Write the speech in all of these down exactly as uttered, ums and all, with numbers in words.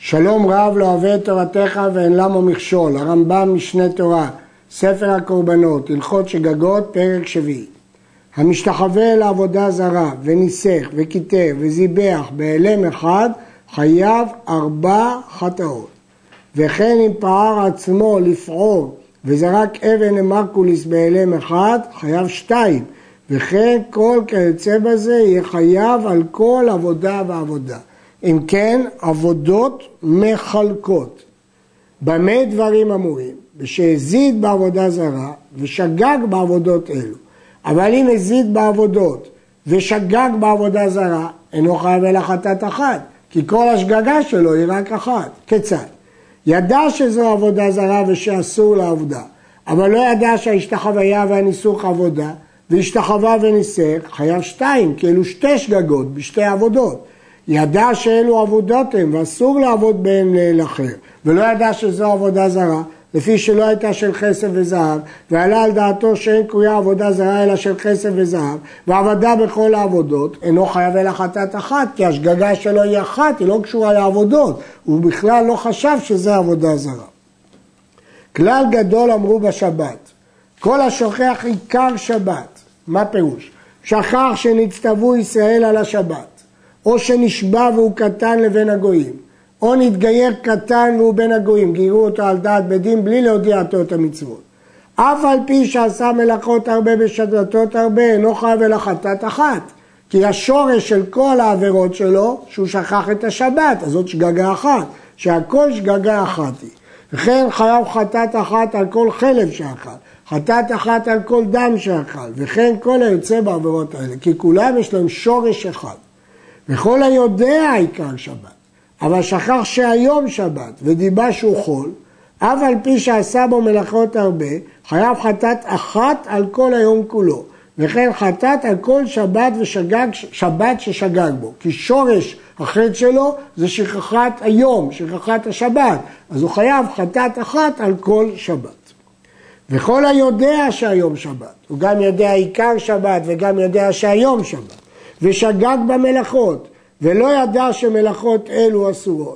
שלום רב לא אוהב את תורתך ואין למו מכשול, הרמב"ם משנה תורה, ספר הקורבנות, הלכות שגגות, פרק שביעי. המשתחווה לעבודה זרה וניסך וכיתר וזיבח בהלם אחד, חייב ארבע חטאות. וכן אם פער עצמו לפעור וזרק אבן למרקוליס בהלם אחד, חייב שתיים. וכן כל כיוצא בזה יהיה חייב על כל עבודה ועבודה. אם כן, עבודות מחלקות. במה דברים אמורים? ושהזיד בעבודה זרה ושגג בעבודות אלו. אבל אם הזיד בעבודות ושגג בעבודה זרה, אינו חייב אלא חטאת אחת, כי כל השגגה שלו היא רק אחת. כיצד? ידע שזו עבודה זרה ושאסור לעבודה, אבל לא ידע שההשתחוויה והניסוך עבודה, והשתחווה וניסך, חייב שתיים, כי אלו שתי שגגות בשתי עבודות. ידע שאלו עבודות הם ואסור לעבוד בהם לאל אחר, ולא ידע שזו עבודה זרה, לפי שלא הייתה של כסף וזהב, ועלה על דעתו שאין קרויה עבודה זרה אלא של כסף וזהב, ועבדה בכל העבודות, אינו חייב אלא חטאת אחת, כי השגגה שלו היא אחת, היא לא קשורה לעבודות, הוא בכלל לא חשב שזה עבודה זרה. כלל גדול אמרו בשבת, כל השוכח עיקר שבת, מה פירוש? שכח שנצטוו ישראל על השבת, או שנשבע והוא קטן לבין הגויים, או נתגייר קטן והוא בין הגויים, גירו אותו על דעת בדין בלי להודיע אותו את המצוות. אף על פי שעשה מלאכות הרבה בשדלתות הרבה, אינו חייב אלא חטאת אחת, כי השורש של כל העבירות שלו, שהוא שכח את השבת, אז זאת שגגה אחת, שהכל שגגה אחת היא. וכן חייב חטאת אחת על כל חלב שאכל, חטאת אחת על כל דם שאכל, וכן כל היוצא בעבירות האלה, כי כולם יש להם שורש אחד. וכל היודע עיקר שבת, אבל שכח שהיום שבת ודיבה שהוא חול, אף על פי שעשה בו מלאכות הרבה, חייב חטאת אחת על כל היום כולו, וכן חטאת על כל שבת ושגג, שבת ששגג בו, כי שורש החטא שלו זה שכחת היום, שכחת השבת, אז הוא חייב חטאת אחת על כל שבת. וכל היודע שהיום שבת, הוא גם יודע עיקר שבת וגם יודע שהיום שבת, ושגג במלאכות, ולא ידע שמלאכות אלו אסורות,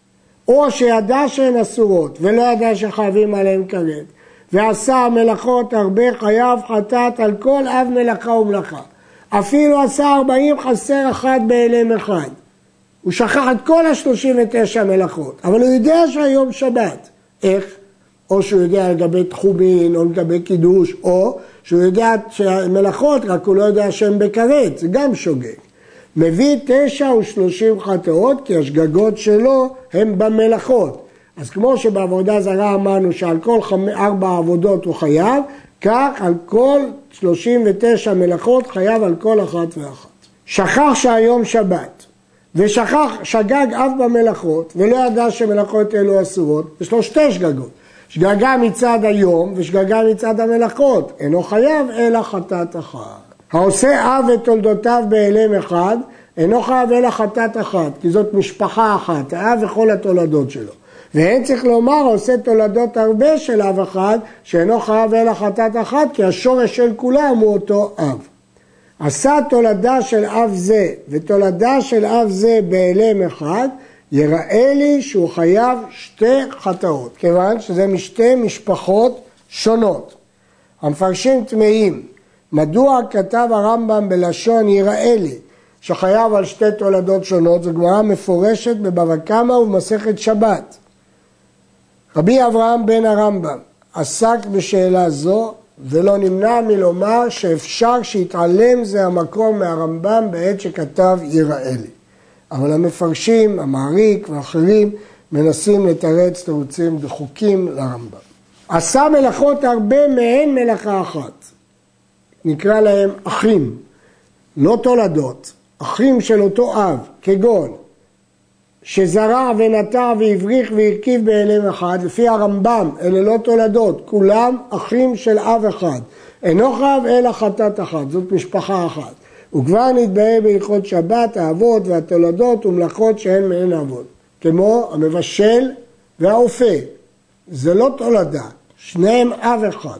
או שידע שהן אסורות, ולא ידע שחייבים עליהן כרת, ועשה מלאכות הרבה, חייב חטאת על כל אב מלאכה ומלאכה. אפילו עשה ארבעים חסר אחת בהלם אחד. הוא שכח את כל השלושים ותשע מלאכות, אבל הוא יודע שהיום שבת. איך? או שהוא יודע לגבי תחומין, או לגבי קידוש, או שהוא יודע שהמלאכות, רק הוא לא יודע שהן בכרת, זה גם שוגג. מביא תשע ושלושים חטאות, כי השגגות שלו הן במלאכות. אז כמו שבעבודה זרה אמרנו שעל כל חמ... ארבע עבודות הוא חייב, כך על כל שלושים ותשע מלאכות חייב על כל אחת ואחת. שכח שהיום שבת, ושכח, שגג אף במלאכות, ולא ידע שמלאכות אלו אסורות, יש לו שתי שגגות. שגגה מצד היום ושגגה מצד המלאכות, אינו חייב אלא חטאת אחת. העושה אב ותולדותיו בהלם אחד, אינו חייב אלא חטאת אחת, כי זאת משפחה אחת, האב וכל התולדות שלו. ואין צריך לומר, עושה תולדות הרבה של אב אחד, שאינו חייב אלא חטאת אחת, כי השורש של כולם הוא אותו אב. עשה תולדה של אב זה ותולדה של אב זה בהלם אחד, יראה לי שהוא חייב שתי חטאות, כיוון שזה משתי משפחות שונות. המפרשים תמיים, מדוע כתב הרמב"ם בלשון יראה לי, שחייב על שתי תולדות שונות, זו גמרא מפורשת בבבא קמא ובמסכת שבת. רבי אברהם בן הרמב"ם עסק בשאלה זו, ולא נמנע מלומר שאפשר שיתעלם זה המקום מהרמב"ם בעת שכתב יראה לי. אבל המפרשים, המעריק ואחרים מנסים לתרץ תירוצים דחוקים לרמב"ם. עשה מלאכות הרבה מהן מלאכה אחת. נקרא להם אחים, לא תולדות, אחים של אותו אב, כגון שזרע ונטע והבריך והרכיב בהלם אחד, לפי הרמב"ם, אלה לא תולדות, כולם אחים של אב אחד. אינו חייב אלא חטאת אחת, זאת משפחה אחת. וכבר נתבהר בהלכות שבת, האבות והתולדות ומלאכות שהן מהן אבות. כמו המבשל והאופה, זה לא תולדה, שניהם אב אחד.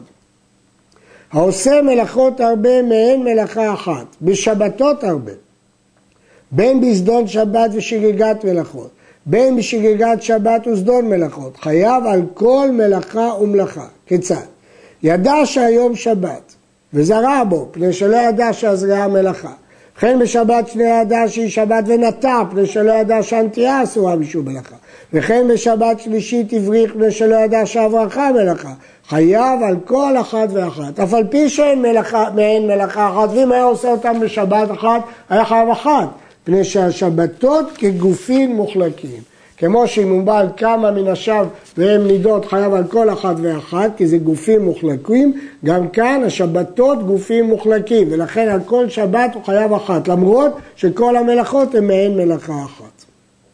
העושה מלאכות הרבה מהן מלאכה אחת, בשבתות הרבה. בין בזדון שבת ושגגת מלאכות, בין בשגגת שבת וזדון מלאכות, חייב על כל מלאכה ומלאכה. כיצד? ידע שהיום שבת, וזרע בו, פני שלא ידע שהזרעה מלאכה. וכן בשבת שני ידע שהיא שבת ונטע, פני שלא ידע שהנטיעה אסורה משום מלאכה. וכן בשבת שלישית הבריך, פני שלא ידע שהברכה מלאכה. חייב על כל אחת ואחת. אף על פי שאין מלאכה, מעין מלאכה אחת, ואם היה עושה אותם בשבת אחת, היה חייב אחת. פני שהשבתות כגופים מוחלקים. כמו שאם הוא בא על כמה מן השב והם נידות חייב על כל אחת ואחת, כי זה גופים מוחלקים, גם כאן השבתות גופים מוחלקים, ולכן על כל שבת הוא חייב אחת, למרות שכל המלאכות הן מעין מלאכה אחת.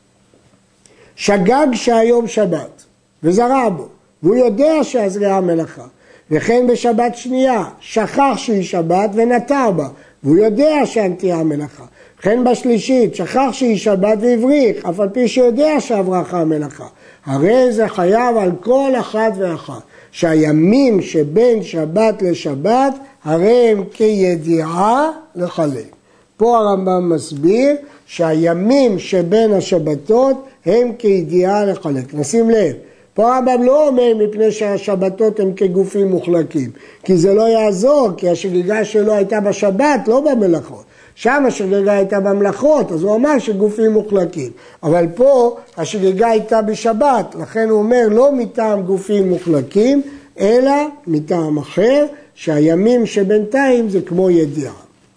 שגג שהיום שבת, וזרע בו, והוא יודע שהזרעה מלאכה, וכן בשבת שנייה, שכח שהיא שבת ונטע בה, והוא יודע שהנטיעה מלאכה. וכן בשלישית, שכח שהיא שבת והבריך, אף על פי שיודע שהברכה מלאכה. הרי זה חייב על כל אחת ואחת, שהימים שבין שבת לשבת, הרי הם כידיעה לחלק. פה הרמב"ם מסביר שהימים שבין השבתות הם כידיעה לחלק. נשים לב, פה הרמב"ם לא אומר מפני שהשבתות הם כגופים מוחלקים, כי זה לא יעזור, כי השגגה שלו הייתה בשבת, לא במלאכות. שם השגגה הייתה במלאכות, אז הוא אמר שגופים מוחלקים. אבל פה השגגה הייתה בשבת, לכן הוא אומר לא מטעם גופים מוחלקים, אלא מטעם אחר, שהימים שבינתיים זה כמו ידיעה.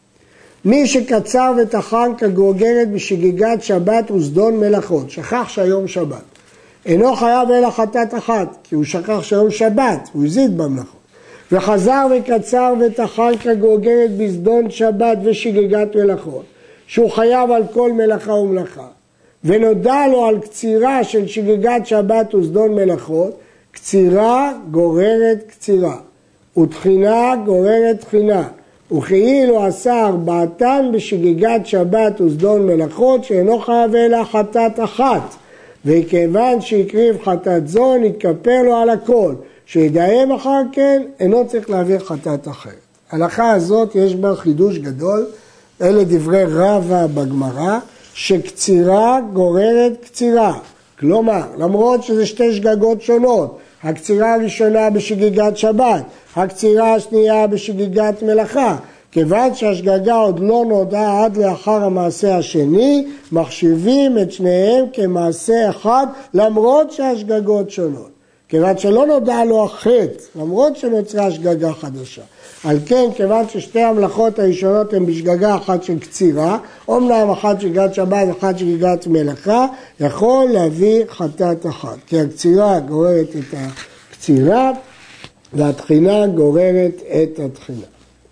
מי שקצר וטחן כגוגרת בשגגת שבת וזדון מלאכות, שכח שהיום שבת. אינו חייב אלא חטאת אחת, כי הוא שכח שהיום שבת, הוא הזיד במלאכות. וחזר וקצר וטחן כגוגרת בזדון שבת ושגגת מלאכות, שהוא חייב על כל מלאכה ומלאכה, ונודע לו על קצירה של שגגת שבת וזדון מלאכות, קצירה גוררת קצירה, ותחינה גוררת תחינה, וכאילו עשה ארבעתן בשגגת שבת וזדון מלאכות, שאינו חייב אלא חטאת אחת, וכיוון שהקריב חטאת זו נתכפר לו על הכל, שידעם אחר כן, אינו צריך להעביר חטאת אחרת. ההלכה הזאת יש בה חידוש גדול, אלה דברי רבא בגמרא, שקצירה גוררת קצירה. כלומר, למרות שזה שתי שגגות שונות, הקצירה הראשונה בשגגת שבת, הקצירה השנייה בשגגת מלאכה, כיוון שהשגגה עוד לא נודעה עד לאחר המעשה השני, מחשיבים את שניהם כמעשה אחד, למרות שהשגגות שונות. כיוון שלא נודע לו החטא, למרות שנוצרה שגגה חדשה. על כן, כיוון ששתי המלאכות הראשונות הן בשגגה אחת של קצירה, אומנם אחת שגגת שבת ואחת שגגת מלאכה, יכול להביא חטאת אחת. כי הקצירה גוררת את הקצירה, והתחינה גוררת את התחינה.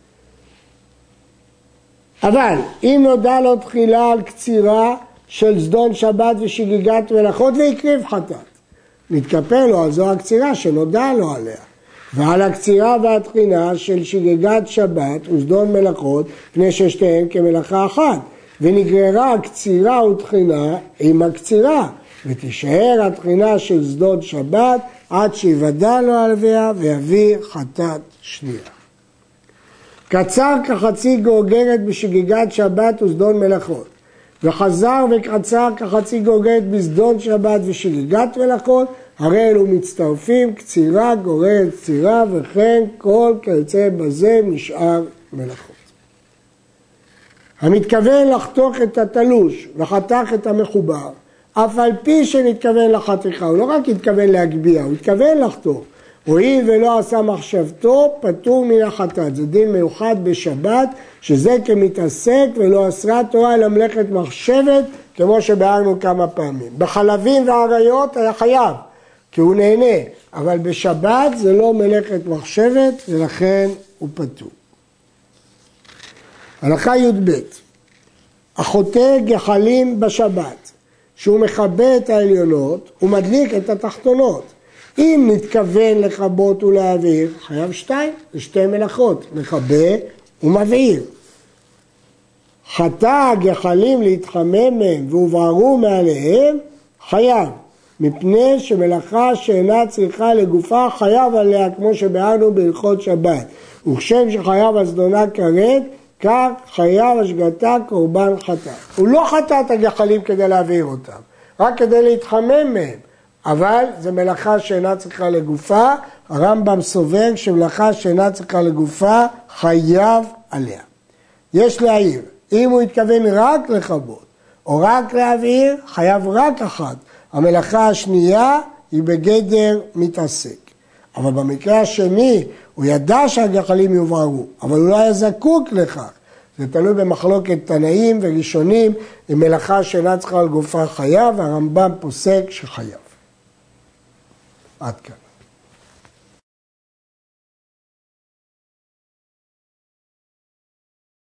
אבל אם נודע לו תחילה על קצירה של זדון שבת ושגגת מלאכות והקריב חטאת, נתכפר לו על זו הקצירה שנודע לו עליה, ועל הקצירה והתחינה של שגגת שבת וזדון מלאכות, פני ששתיהן כמלאכה אחת, ונגררה הקצירה ותחינה עם הקצירה, ותישאר התחינה של זדון שבת עד שיוודע לו עליה ויביא חטאת שנייה. קצר כחצי גוגרת בשגגת שבת וזדון מלאכות, וחזר וקצר כחצי גוגרת בזדון שבת ושגגת מלאכות, הרי אלו מצטרפים, קצירה גוררת קצירה, וכן כל כיוצא בזה משאר מלאכות. המתכוון לחתוך את התלוש וחתך את המחובר, אף על פי שנתכוון לחתיכה, הוא לא רק התכוון להגביע, הוא התכוון לחתוך. הואיל ולא עשה מחשבתו, פטור מן החטאת. זה דין מיוחד בשבת, שזה כמתעסק ולא אסרה תורה אלא מלאכת מחשבת, כמו שבארנו כמה פעמים. בחלבים ועריות היה חייב, כי הוא נהנה, אבל בשבת זה לא מלאכת מחשבת, ולכן הוא פטור. הלכה י"ב, החוטא גחלים בשבת, שהוא מכבה את העליונות, הוא מדליק את התחתונות. אם נתכוון לכבות ולהעביר, חייב שתיים, זה שתי מלאכות, מכבה ומבעיר. חטא גחלים להתחמם מהם והובערו מעליהם, חייב, מפני שמלאכה שאינה צריכה לגופה חייב עליה, כמו שבארנו בהלכות שבת. וכשם שחייב על זדונה כרת, כך חייב השגתה קורבן חטאת. הוא לא חטא את הגחלים כדי להעביר אותם, רק כדי להתחמם מהם, אבל זו מלאכה שאינה צריכה לגופה, הרמב"ם סובר שמלאכה שאינה צריכה לגופה חייב עליה. יש להעיר, אם הוא התכוון רק לכבות או רק להבעיר, חייב רק אחת. המלאכה השנייה היא בגדר מתעסק. אבל במקרה השני, הוא ידע שהגחלים יובערו, אבל הוא לא היה זקוק לכך. זה תלוי במחלוקת תנאים וראשונים, עם מלאכה שאינה צריכה לגופה חייב, והרמב"ם פוסק שחייב. עד כאן.